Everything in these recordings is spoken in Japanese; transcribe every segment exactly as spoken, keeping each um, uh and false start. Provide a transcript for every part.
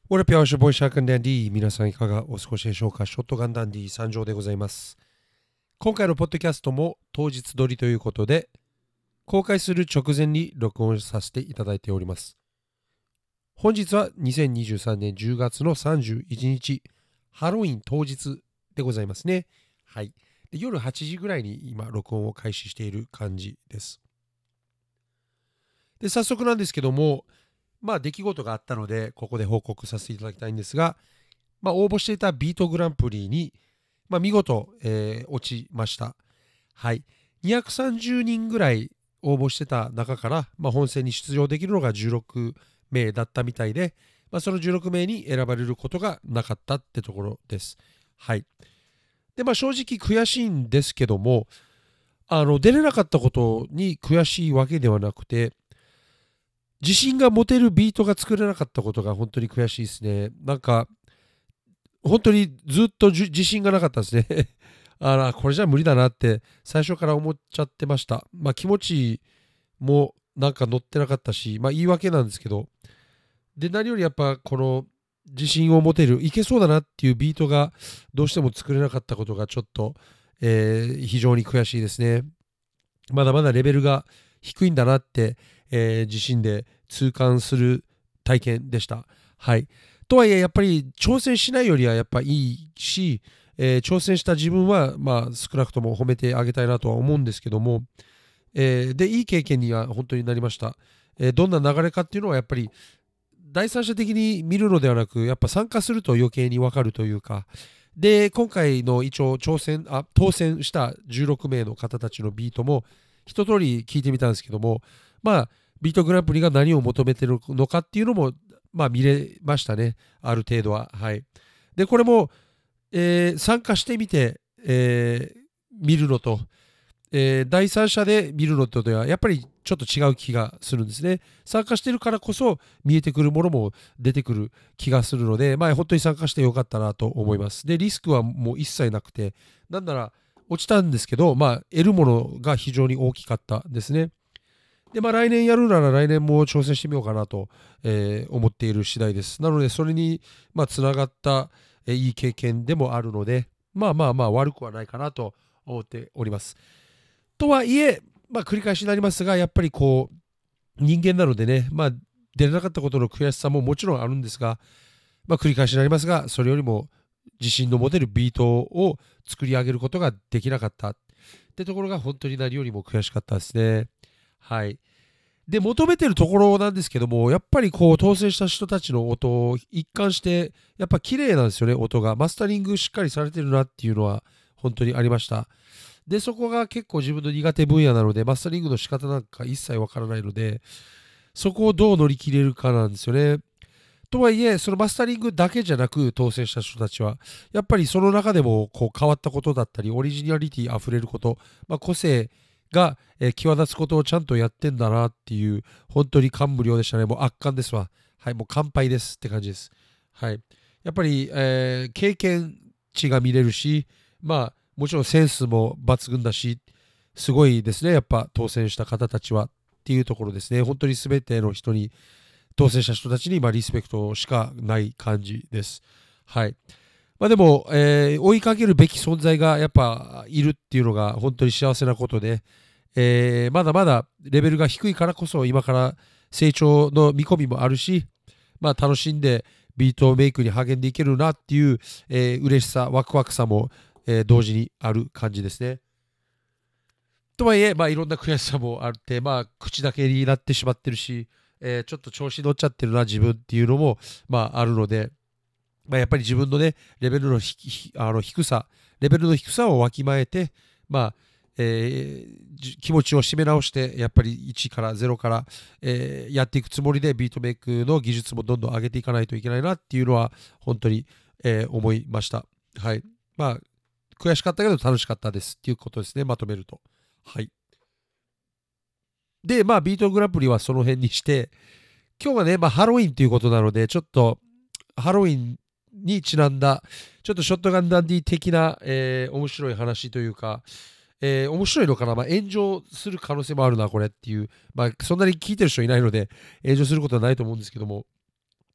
What up, y'all? It's your boy Shark and Dandy。皆さんいかがお過ごしでしょうか。ショットガンダンディ参上でございます。今回のポッドキャストも当日撮りということで、公開する直前に録音させていただいております。本日はにせんにじゅうさんねんじゅうがつのさんじゅういちにち、ハロウィン当日でございますね。はい。で夜はちじぐらいに今、録音を開始している感じです。で、早速なんですけども、まあ出来事があったので、ここで報告させていただきたいんですが、まあ、応募していたビートグランプリに、まあ、見事、えー落ちました。はい。にひゃくさんじゅうにんぐらい応募してた中から、まあ、本戦に出場できるのがじゅうろくめいだったみたいで、まあ、そのじゅうろくめいに選ばれることがなかったってところです。はい。で、まあ正直悔しいんですけども、あの、出れなかったことに悔しいわけではなくて、自信が持てるビートが作れなかったことが本当に悔しいですね。なんか、本当にずっと自信がなかったですね。あら、これじゃ無理だなって最初から思っちゃってました。まあ気持ちもなんか乗ってなかったし、まあ言い訳なんですけど、で、何よりやっぱこの自信を持てる、いけそうだなっていうビートがどうしても作れなかったことがちょっと、えー非常に悔しいですね。まだまだレベルが低いんだなって、えー自身で痛感する体験でした。はい。とはいえ、やっぱり挑戦しないよりはやっぱいいし、えー挑戦した自分は、まあ、少なくとも褒めてあげたいなとは思うんですけども、えーで、いい経験には本当になりました。えーどんな流れかっていうのはやっぱり第三者的に見るのではなく、やっぱ参加すると余計にわかるというか、で、今回の一応挑戦、あ、当選したじゅうろくめいの方たちのビートも一通り聞いてみたんですけども、まあ、ビートグランプリが何を求めてるのかっていうのも、まあ見れましたね。ある程度は。はい。で、これも、えー参加してみて、えー見るのと、えー第三者で見るのとではやっぱりちょっと違う気がするんですね。参加してるからこそ見えてくるものも出てくる気がするので、まあ本当に参加してよかったなと思います。で、リスクはもう一切なくて、なんなら落ちたんですけど、まあ得るものが非常に大きかったですね。で、まあ来年やるなら来年も挑戦してみようかなと、えー思っている次第です。なので、それに、まあ、つながった、えーいい経験でもあるので、まあまあまあ悪くはないかなと思っております。とはいえ、まあ、繰り返しになりますが、やっぱりこう、人間なのでね、まあ、出れなかったことの悔しさももちろんあるんですが、まあ、繰り返しになりますが、それよりも自信の持てるビートを作り上げることができなかったってところが本当に何よりも悔しかったですね。はい。で、求めてるところなんですけども、やっぱりこう、当選した人たちの音を一貫して、やっぱ綺麗なんですよね、音が。マスタリングしっかりされてるなっていうのは本当にありました。で、そこが結構自分の苦手分野なので、マスタリングの仕方なんか一切わからないので、そこをどう乗り切れるかなんですよね。とはいえ、そのマスタリングだけじゃなく当選した人たちは、やっぱりその中でもこう変わったことだったり、オリジナリティあふれること、まあ、個性がえー際立つことをちゃんとやってんだなっていう、本当に感無量でしたね。もう圧巻ですわ。はい、もう乾杯ですって感じです。はい。やっぱり、えー経験値が見れるし、まあ、もちろんセンスも抜群だし、すごいですね。やっぱ当選した方たちはっていうところですね。本当に全ての人に当選した人たちにまあリスペクトしかない感じです。はい。まあでも、えー追いかけるべき存在がやっぱいるっていうのが本当に幸せなことで、えーまだまだレベルが低いからこそ今から成長の見込みもあるし、まあ楽しんでビートメイクに励んでいけるなっていう、えー嬉しさ、ワクワクさも、えー同時にある感じですね。とはいえ、まあ、いろんな悔しさもあって、まあ、口だけになってしまってるし、えーちょっと調子乗っちゃってるな、自分っていうのも、まあ、あるので、まあ、やっぱり自分のね、レベルのひひあの低さ、レベルの低さをわきまえて、まあ、えーじ気持ちを締め直して、やっぱりいちからゼロから、えーやっていくつもりで、ビートメイクの技術もどんどん上げていかないといけないなっていうのは、本当に、えー思いました。はい。まあ、悔しかったけど楽しかったですっていうことですね、まとめると。はい。で、まあ、ビートグランプリはその辺にして、今日はね、まあ、ハロウィンということなので、ちょっと、ハロウィンにちなんだ、ちょっとショットガンダンディ的な、えー面白い話というか、えー面白いのかな、まあ、炎上する可能性もあるな、これっていう、まあ、そんなに聞いてる人いないので、炎上することはないと思うんですけども、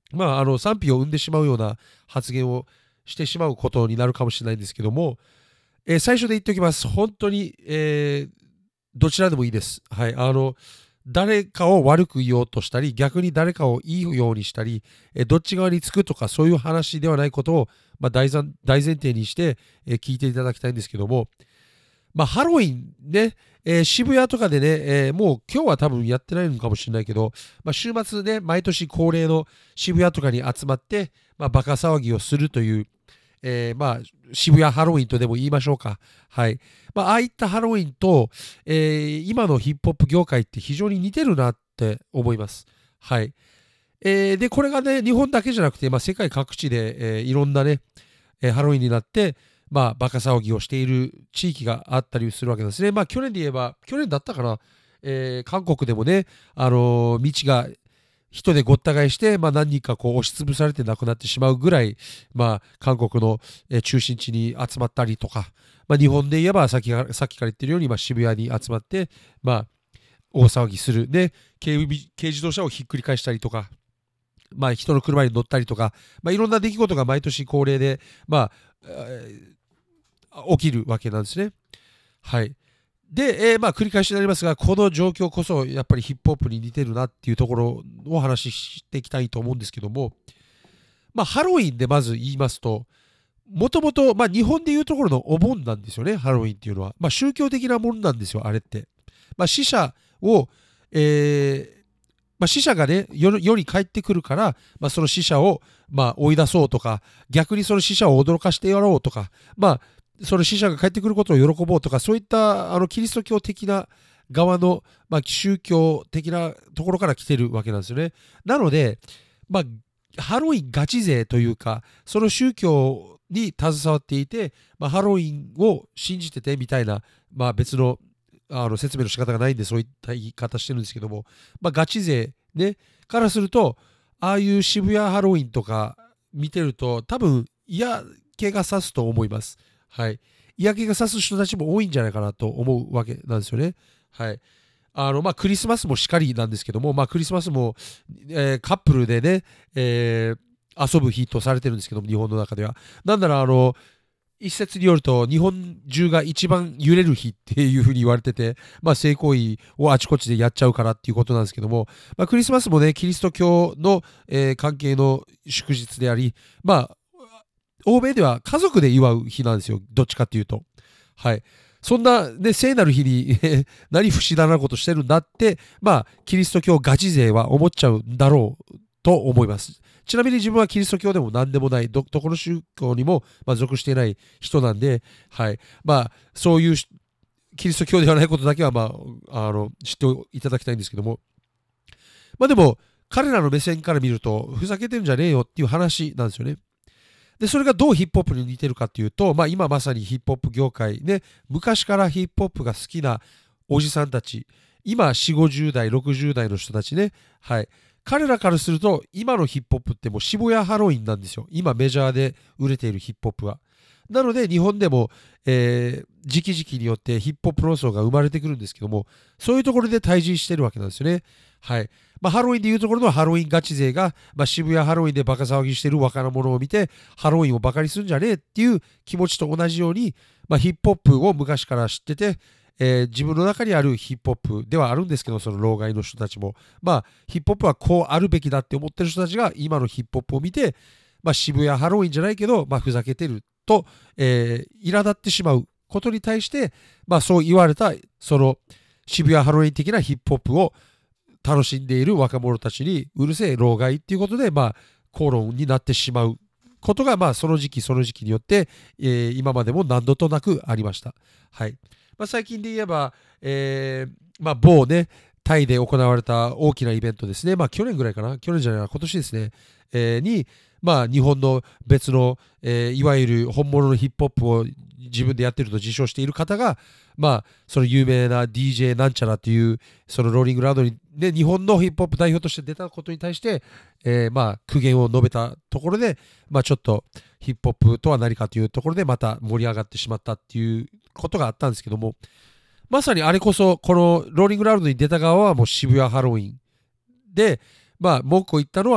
まあ、あの賛否を生んでしまうような発言をしてしまうことになるかもしれないんですけども、えー最初で言っておきます。本当に、えーどちらでもいいです。はい。あの、誰かを悪く言おうとしたり、逆に誰かをいいようにしたり、えーどっち側につくとか、そういう話ではないことを、まあ、大前大前提にして、えー聞いていただきたいんですけども、まあ、ハロウィンね、えー渋谷とかでね、えーもう今日は多分やってないのかもしれないけど、まあ、週末ね、毎年恒例の渋谷とかに集まって、まあ、バカ騒ぎをするという、えーまあ、渋谷ハロウィンとでも言いましょうか。はい。まあ、ああいったハロウィンと、えー今のヒップホップ業界って非常に似てるなって思います。はい。えーで、これがね、日本だけじゃなくて、まあ、世界各地で、えーいろんなね、えーハロウィンになって、まあ、バカ騒ぎをしている地域があったりするわけですね。まあ、去年で言えば、去年だったかな、えー韓国でもね、あのー道が人でごった返して、まあ、何人かこう押しつぶされて亡くなってしまうぐらい、まあ、韓国のえー中心地に集まったりとか、まあ、日本で言えばさっきからさっきから言ってるように、まあ、渋谷に集まって、まあ、大騒ぎする。で、軽軽自動車をひっくり返したりとか、まあ、人の車に乗ったりとか、まあ、いろんな出来事が毎年恒例で、まあ、えー起きるわけなんですね。はい。で、えーまあ、繰り返しになりますが、この状況こそやっぱりヒップホップに似てるなっていうところをお話ししていきたいと思うんですけども、まあ、ハロウィンでまず言いますと、もともと、まあ、日本でいうところのお盆なんですよね、ハロウィンっていうのは。まあ、宗教的なものなんですよ、あれって。まあ、死者を、えーまあ、死者がね、世世に帰ってくるから、まあ、その死者を、まあ、追い出そうとか、逆にその死者を驚かしてやろうとか、まあ、その死者が帰ってくることを喜ぼうとか、そういったあのキリスト教的な側の、まあ、宗教的なところから来てるわけなんですよね。なので、まあ、ハロウィンガチ勢というか、その宗教に携わっていて、まあ、ハロウィンを信じててみたいな、まあ、別のあの説明の仕方がないんでそういった言い方してるんですけども、まあ、ガチ勢、ね、からするとああいう渋谷ハロウィンとか見てると多分嫌気がさすと思います。はい、嫌気がさす人たちも多いんじゃないかなと思うわけなんですよね。はい、あのまあ、クリスマスもしかりなんですけども、まあ、クリスマスも、えーカップルでね、えー遊ぶ日とされてるんですけども、日本の中では。なんならあの一説によると日本中が一番揺れる日っていうふうに言われてて、まあ、性行為をあちこちでやっちゃうからっていうことなんですけども、まあ、クリスマスもねキリスト教の、えー関係の祝日であり、まあ欧米では家族で祝う日なんですよ、どっちかっていうと。はい。そんな、ね、聖なる日に何不思議なことしてるんだって、まあ、キリスト教ガチ勢は思っちゃうんだろうと思います。ちなみに自分はキリスト教でも何でもない、どどこの宗教にも、まあ、属していない人なんで、はい。まあ、そういうキリスト教ではないことだけは、まあ、あの知っていただきたいんですけども、まあでも、彼らの目線から見ると、ふざけてるんじゃねえよっていう話なんですよね。で、それがどうヒップホップに似てるかっていうと、まあ今まさにヒップホップ業界ね、昔からヒップホップが好きなおじさんたち、今よんじゅう、ごじゅう代、ろくじゅう代の人たちね、はい。彼らからすると、今のヒップホップってもう渋谷ハロウィンなんですよ。今メジャーで売れているヒップホップは。なので日本でも、えー時期時期によってヒップホップ論争が生まれてくるんですけども、そういうところで対峙してるわけなんですよね。はい。まあ、ハロウィンでいうところのハロウィンガチ勢が、まあ、渋谷ハロウィンでバカ騒ぎしてる若者を見て、ハロウィンをバカにするんじゃねえっていう気持ちと同じように、まあ、ヒップホップを昔から知ってて、えー自分の中にあるヒップホップではあるんですけど、その老害の人たちも、まあ、ヒップホップはこうあるべきだって思ってる人たちが今のヒップホップを見て、まあ、渋谷ハロウィンじゃないけど、まあ、ふざけてると、えー苛立ってしまうことに対して、まあ、そう言われたその渋谷ハロウィン的なヒップホップを楽しんでいる若者たちにうるせえ老害っていうことで、まあ、口論になってしまうことが、まあ、その時期その時期によって、えー今までも何度となくありました。はい。まあ、最近で言えば、えーまあ、某ね、タイで行われた大きなイベントですね。まあ、去年ぐらいかな、去年じゃないな、今年ですね。えーに、まあ、日本の別の、えーいわゆる本物のヒップホップを自分でやってると自称している方が、まあ、その有名な ディージェー なんちゃらっていう、そのローリングラウンドに、ね、日本のヒップホップ代表として出たことに対して、えーまあ、苦言を述べたところで、まあ、ちょっとヒップホップとは何かというところで、また盛り上がってしまったっていうことがあったんですけども、まさにあれこそ、このローリングラウンドに出た側はもう渋谷ハロウィンで、まあ、文句を言ったのは、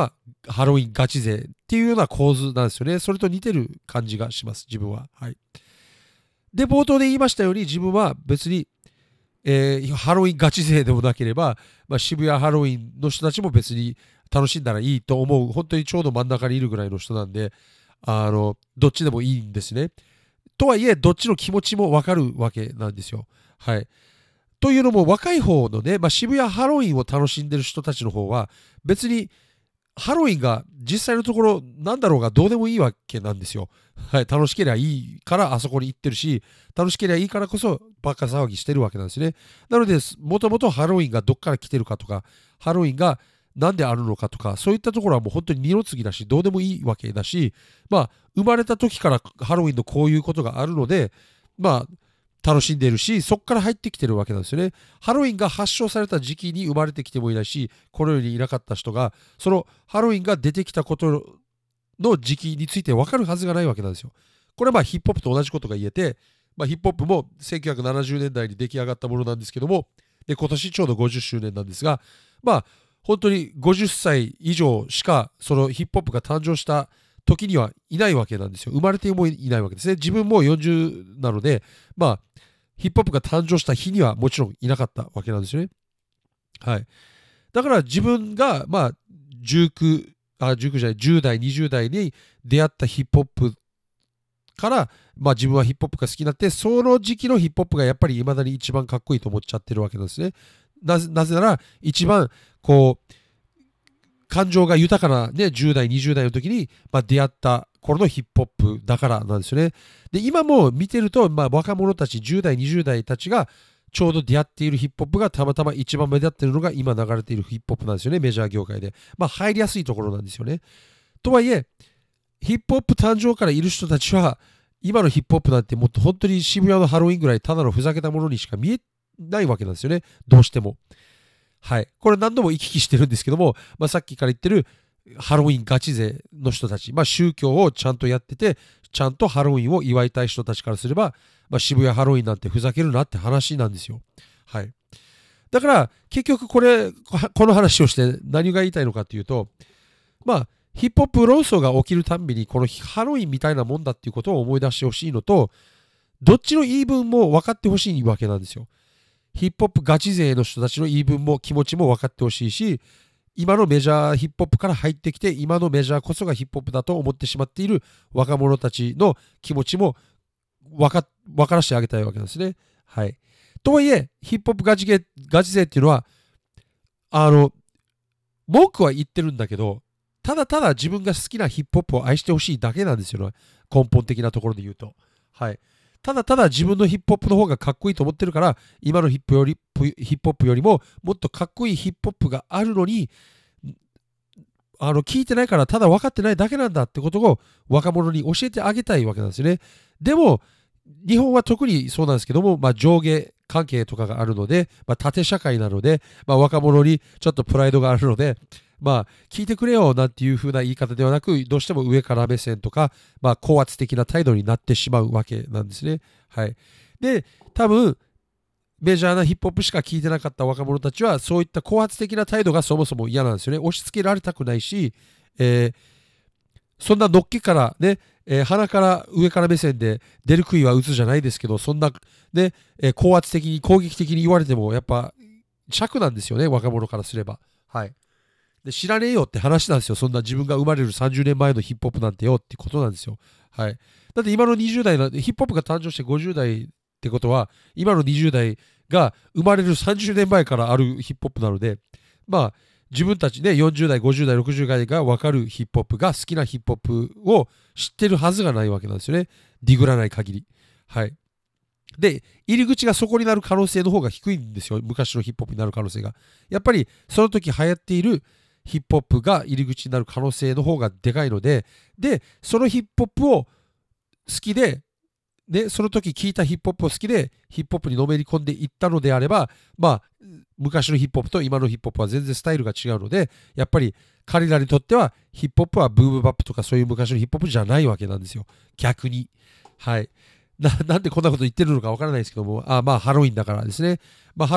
ハロウィンガチ勢っていうような構図なんですよね。それと似てる感じがします、自分は。はい。で、冒頭で言いましたように、自分は別に、えーハロウィンガチ勢でもなければ、まあ、渋谷ハロウィンの人たちも別に楽しんだらいいと思う、本当にちょうど真ん中にいるぐらいの人なんで、あの、どっちでもいいんですね。とはいえ、どっちの気持ちもわかるわけなんですよ。はい。というのも、若い方のね、まあ、渋谷ハロウィンを楽しんでる人たちの方は、別にハロウィンが実際のところなんだろうがどうでもいいわけなんですよ。はい。楽しければいいからあそこに行ってるし、楽しければいいからこそバカ騒ぎしてるわけなんですね。なので、もともとハロウィンがどっから来てるかとか、ハロウィンがなんであるのかとか、そういったところはもう本当に二の次だし、どうでもいいわけだし、まあ、生まれた時からハロウィンのこういうことがあるので、まあ、楽しんでいるし、そこから入ってきてるわけなんですよね。ハロウィンが発祥された時期に生まれてきてもいないし、この世にいなかった人が、そのハロウィンが出てきたことの時期について分かるはずがないわけなんですよ。これはまあヒップホップと同じことが言えて、まあ、ヒップホップもせんきゅうひゃくななじゅうねんだいに出来上がったものなんですけども、で今年ちょうどごじゅっしゅうねんなんですが、まあ本当にごじゅっさい以上しかそのヒップホップが誕生した時にはいないわけなんですよ。生まれてもいないわけですね。自分もよんじゅうなので、まあヒップホップが誕生した日にはもちろんいなかったわけなんですよね。はい。だから自分がまあじゅうきゅう、あ、じゅうきゅうじゃない、じゅう代、にじゅう代に出会ったヒップホップから、まあ自分はヒップホップが好きになって、その時期のヒップホップがやっぱり未だに一番かっこいいと思っちゃってるわけなんですね。なぜ、なぜなら一番こう、感情が豊かな、ね、じゅう代、にじゅう代の時に、まあ、出会った頃のヒップホップだからなんですよね。で、今も見てると、まあ、若者たち、じゅう代、にじゅう代たちがちょうど出会っているヒップホップがたまたま一番目立っているのが今流れているヒップホップなんですよね、メジャー業界で。まあ、入りやすいところなんですよね。とはいえ、ヒップホップ誕生からいる人たちは、今のヒップホップなんてもっと本当に渋谷のハロウィンぐらいただのふざけたものにしか見えないわけなんですよね、どうしても。はい。これ何度も行き来してるんですけども、まあ、さっきから言ってるハロウィンガチ勢の人たち、まあ、宗教をちゃんとやってて、ちゃんとハロウィンを祝いたい人たちからすれば、まあ、渋谷ハロウィンなんてふざけるなって話なんですよ。はい。だから、結局これ、この話をして何が言いたいのかっていうと、まあ、ヒップホップ論争が起きるたんびに、このハロウィンみたいなもんだっていうことを思い出してほしいのと、どっちの言い分も分かってほしいわけなんですよ。ヒップホップガチ勢の人たちの言い分も気持ちも分かってほしいし、今のメジャーヒップホップから入ってきて、今のメジャーこそがヒップホップだと思ってしまっている若者たちの気持ちも分か分からせてあげたいわけなんですね。はい。とはいえ、ヒップホップガチゲガチ勢っていうのは、あの、文句は言ってるんだけど、ただただ自分が好きなヒップホップを愛してほしいだけなんですよね。根本的なところで言うと。はい。ただただ自分のヒップホップの方がかっこいいと思ってるから、今のヒップよりヒップホップよりももっとかっこいいヒップホップがあるのに、あの聞いてないからただ分かってないだけなんだってことを若者に教えてあげたいわけなんですよね。でも、日本は特にそうなんですけども、まあ、上下関係とかがあるので、まあ、縦社会なので、まあ、若者にちょっとプライドがあるので、まあ、聞いてくれよなんていう風な言い方ではなく、どうしても上から目線とか、まあ、高圧的な態度になってしまうわけなんですね。はい。で、多分、メジャーなヒップホップしか聞いてなかった若者たちは、そういった高圧的な態度がそもそも嫌なんですよね。押し付けられたくないし、えー、そんなのっけからね、えー、鼻から上から目線で出る杭は打つじゃないですけど、そんなね、えー、高圧的に攻撃的に言われても、やっぱ尺なんですよね、若者からすれば。はい。で、知らねえよって話なんですよ。そんな自分が生まれるさんじゅうねんまえのヒップホップなんてよってことなんですよ。はい。だって今のにじゅう代のヒップホップが誕生してごじゅう代ってことは、今のにじゅう代が生まれるさんじゅうねんまえからあるヒップホップなので、まあ、自分たちね、よんじゅう代、ごじゅう代、ろくじゅう代が分かるヒップホップが好きなヒップホップを知ってるはずがないわけなんですよね。ディグらない限り。はい。で、入り口がそこになる可能性の方が低いんですよ。昔のヒップホップになる可能性が。やっぱり、その時流行っているヒップホップが入り口になる可能性の方がでかいので、で、そのヒップホップを好きで、で、その時聞いたヒップホップを好きで、ヒップホップにのめり込んでいったのであれば、まあ、昔のヒップホップと今のヒップホップは全然スタイルが違うので、やっぱり彼らにとってはヒップホップはブームバップとかそういう昔のヒップホップじゃないわけなんですよ。逆に。はい。な、なんでこんなこと言ってるのかわからないですけども、あまあハロウィンだからですね。まあハロウィン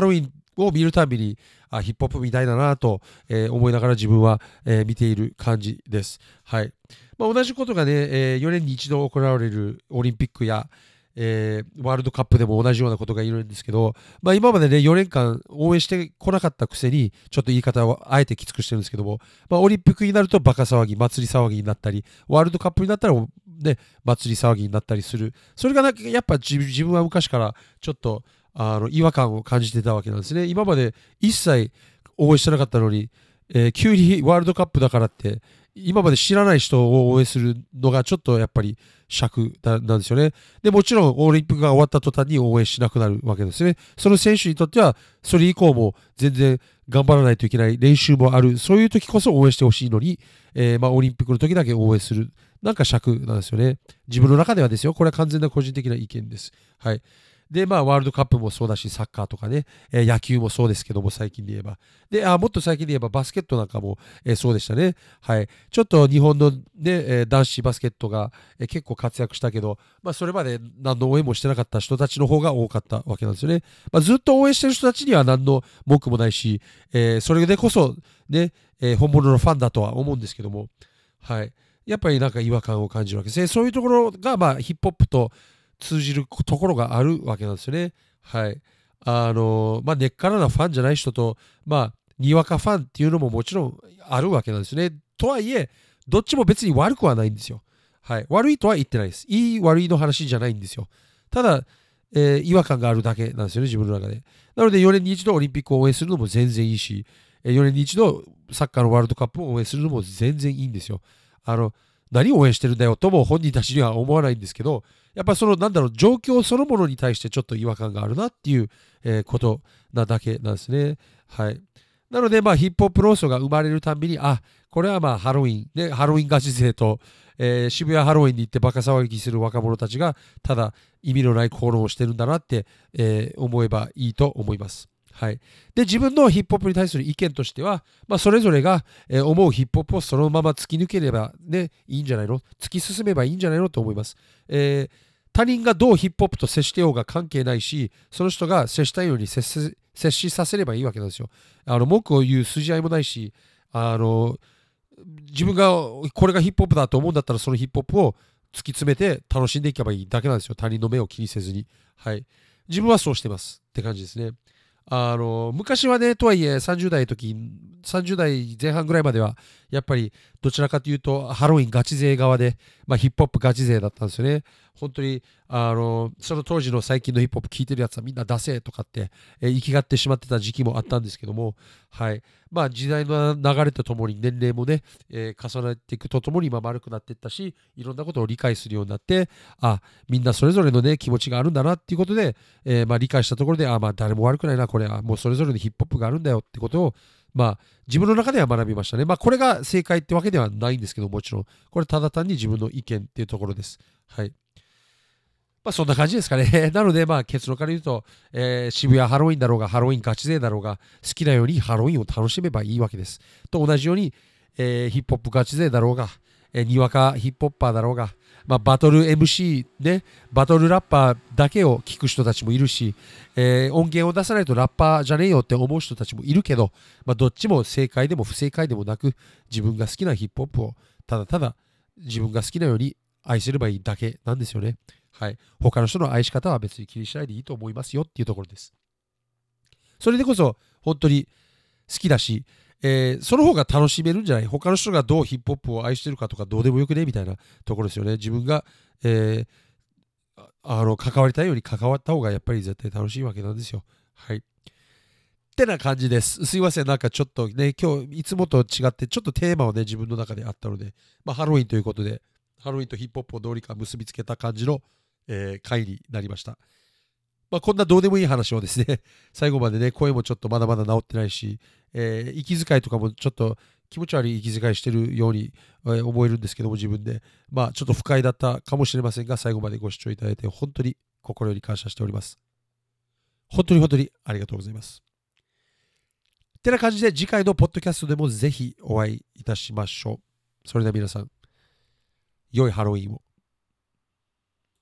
を見るたびに、あ、ヒップホップみたいだなと、えー思いながら自分は、えー見ている感じです。はい。まあ、同じことがね、えーよねんに一度行われるオリンピックや、えーワールドカップでも同じようなことが言えるんですけど、まあ、今までね、よねんかん応援してこなかったくせに、ちょっと言い方をあえてきつくしてるんですけども、まあ、オリンピックになるとバカ騒ぎ、祭り騒ぎになったり、ワールドカップになったら、ね、祭り騒ぎになったりする。それがなんかやっぱ自自分は昔からちょっとあの違和感を感じてたわけなんですね。今まで一切応援してなかったのに、えー急にワールドカップだからって、今まで知らない人を応援するのがちょっとやっぱり尺だなんですよね。で、もちろんオリンピックが終わった途端に応援しなくなるわけですね。その選手にとっては、それ以降も全然頑張らないといけない練習もある。そういう時こそ応援してほしいのに、えーまあ、オリンピックの時だけ応援する。なんか尺なんですよね。自分の中ではですよ。これは完全な個人的な意見です。はい。で、まあ、ワールドカップもそうだし、サッカーとかね、えー野球もそうですけども、最近で言えば。で、あ、もっと最近で言えば、バスケットなんかも、えーそうでしたね。はい。ちょっと日本のね、えー男子バスケットが、えー結構活躍したけど、まあ、それまで何の応援もしてなかった人たちの方が多かったわけなんですよね。まあ、ずっと応援してる人たちには何の文句もないし、えーそれでこそ、ね、えー本物のファンだとは思うんですけども、はい。やっぱりなんか違和感を感じるわけですね。そういうところが、まあ、ヒップホップと通じるところがあるわけなんですよね。はい。あの、まあ、根っからなファンじゃない人と、まあ、にわかファンっていうのももちろんあるわけなんですね。とはいえ、どっちも別に悪くはないんですよ。はい。悪いとは言ってないです。いい悪いの話じゃないんですよ。ただ、えー違和感があるだけなんですよね、自分の中で。なので、よねんに一度オリンピックを応援するのも全然いいし、えーよねんに一度サッカーのワールドカップを応援するのも全然いいんですよ。あの、何を応援してるんだよとも本人たちには思わないんですけど、やっぱその、なんだろう、状況そのものに対してちょっと違和感があるなっていう、えーことなだけなんですね。はい。なので、まあ、ヒップホップ論争が生まれるたんびに、あ、これはまあ、ハロウィン、ね、ハロウィンガチ勢と、えー渋谷ハロウィンに行ってバカ騒ぎする若者たちが、ただ意味のない口論をしてるんだなって、えー思えばいいと思います。はい。で、自分のヒップホップに対する意見としては、まあ、それぞれが、えー思うヒップホップをそのまま突き抜ければね、いいんじゃないの突き進めばいいんじゃないのと思います。えー他人がどうヒップホップと接してようが関係ないし、その人が接したいように接せ接しさせればいいわけなんですよ。あの文句を言う筋合いもないし、あの自分がこれがヒップホップだと思うんだったら、そのヒップホップを突き詰めて楽しんでいけばいいだけなんですよ。他人の目を気にせずに。はい。自分はそうしてますって感じですね。あの昔はね、とはいえさんじゅう代の時、さんじゅう代前半ぐらいまでは、やっぱりどちらかというと、ハロウィンガチ勢側で、まあ、ヒップホップガチ勢だったんですよね。本当に、あのその当時の最近のヒップホップ聞いてるやつはみんな出せとかって、えー、生きがってしまってた時期もあったんですけども、はい。まあ、時代の流れとともに年齢もね、えー重ねていくとともに今丸くなっていったし、いろんなことを理解するようになって、あ、みんなそれぞれのね、気持ちがあるんだなっていうことで、えーまあ、理解したところで、あ、まあ、誰も悪くないな、これはもうそれぞれのヒップホップがあるんだよってことを、まあ、自分の中では学びましたね。まあ、これが正解ってわけではないんですけど、もちろん、これただ単に自分の意見っていうところです。はい。まあそんな感じですかね。なのでまあ結論から言うと、えー渋谷ハロウィンだろうが、ハロウィンガチ勢だろうが、好きなようにハロウィンを楽しめばいいわけです。と同じように、えーヒップホップガチ勢だろうが、えーにわかヒップホッパーだろうが、まあ、バトル エムシー ね、バトルラッパーだけを聞く人たちもいるし、えー音源を出さないとラッパーじゃねえよって思う人たちもいるけど、まあ、どっちも正解でも不正解でもなく、自分が好きなヒップホップをただただ自分が好きなように愛せればいいだけなんですよね。はい。他の人の愛し方は別に気にしないでいいと思いますよっていうところです。それでこそ本当に好きだし、えーその方が楽しめるんじゃない他の人がどうヒップホップを愛してるかとかどうでもよくねみたいなところですよね。自分が、えーあの関わりたいように関わった方がやっぱり絶対楽しいわけなんですよ。はい。ってな感じです。すいません。なんかちょっとね、今日いつもと違ってちょっとテーマをね、自分の中であったので、まあ、ハロウィンということで、ハロウィンとヒップホップをどうにか結びつけた感じの、えー回になりました。まあ、こんなどうでもいい話をですね、最後までね、声もちょっとまだまだ治ってないし、えー息遣いとかもちょっと気持ち悪い息遣いしてるように、えー思えるんですけども、自分で。まあ、ちょっと不快だったかもしれませんが、最後までご視聴いただいて、本当に心より感謝しております。本当に本当にありがとうございます。ってな感じで、次回のポッドキャストでもぜひお会いいたしましょう。それでは皆さん、良いハロウィンを。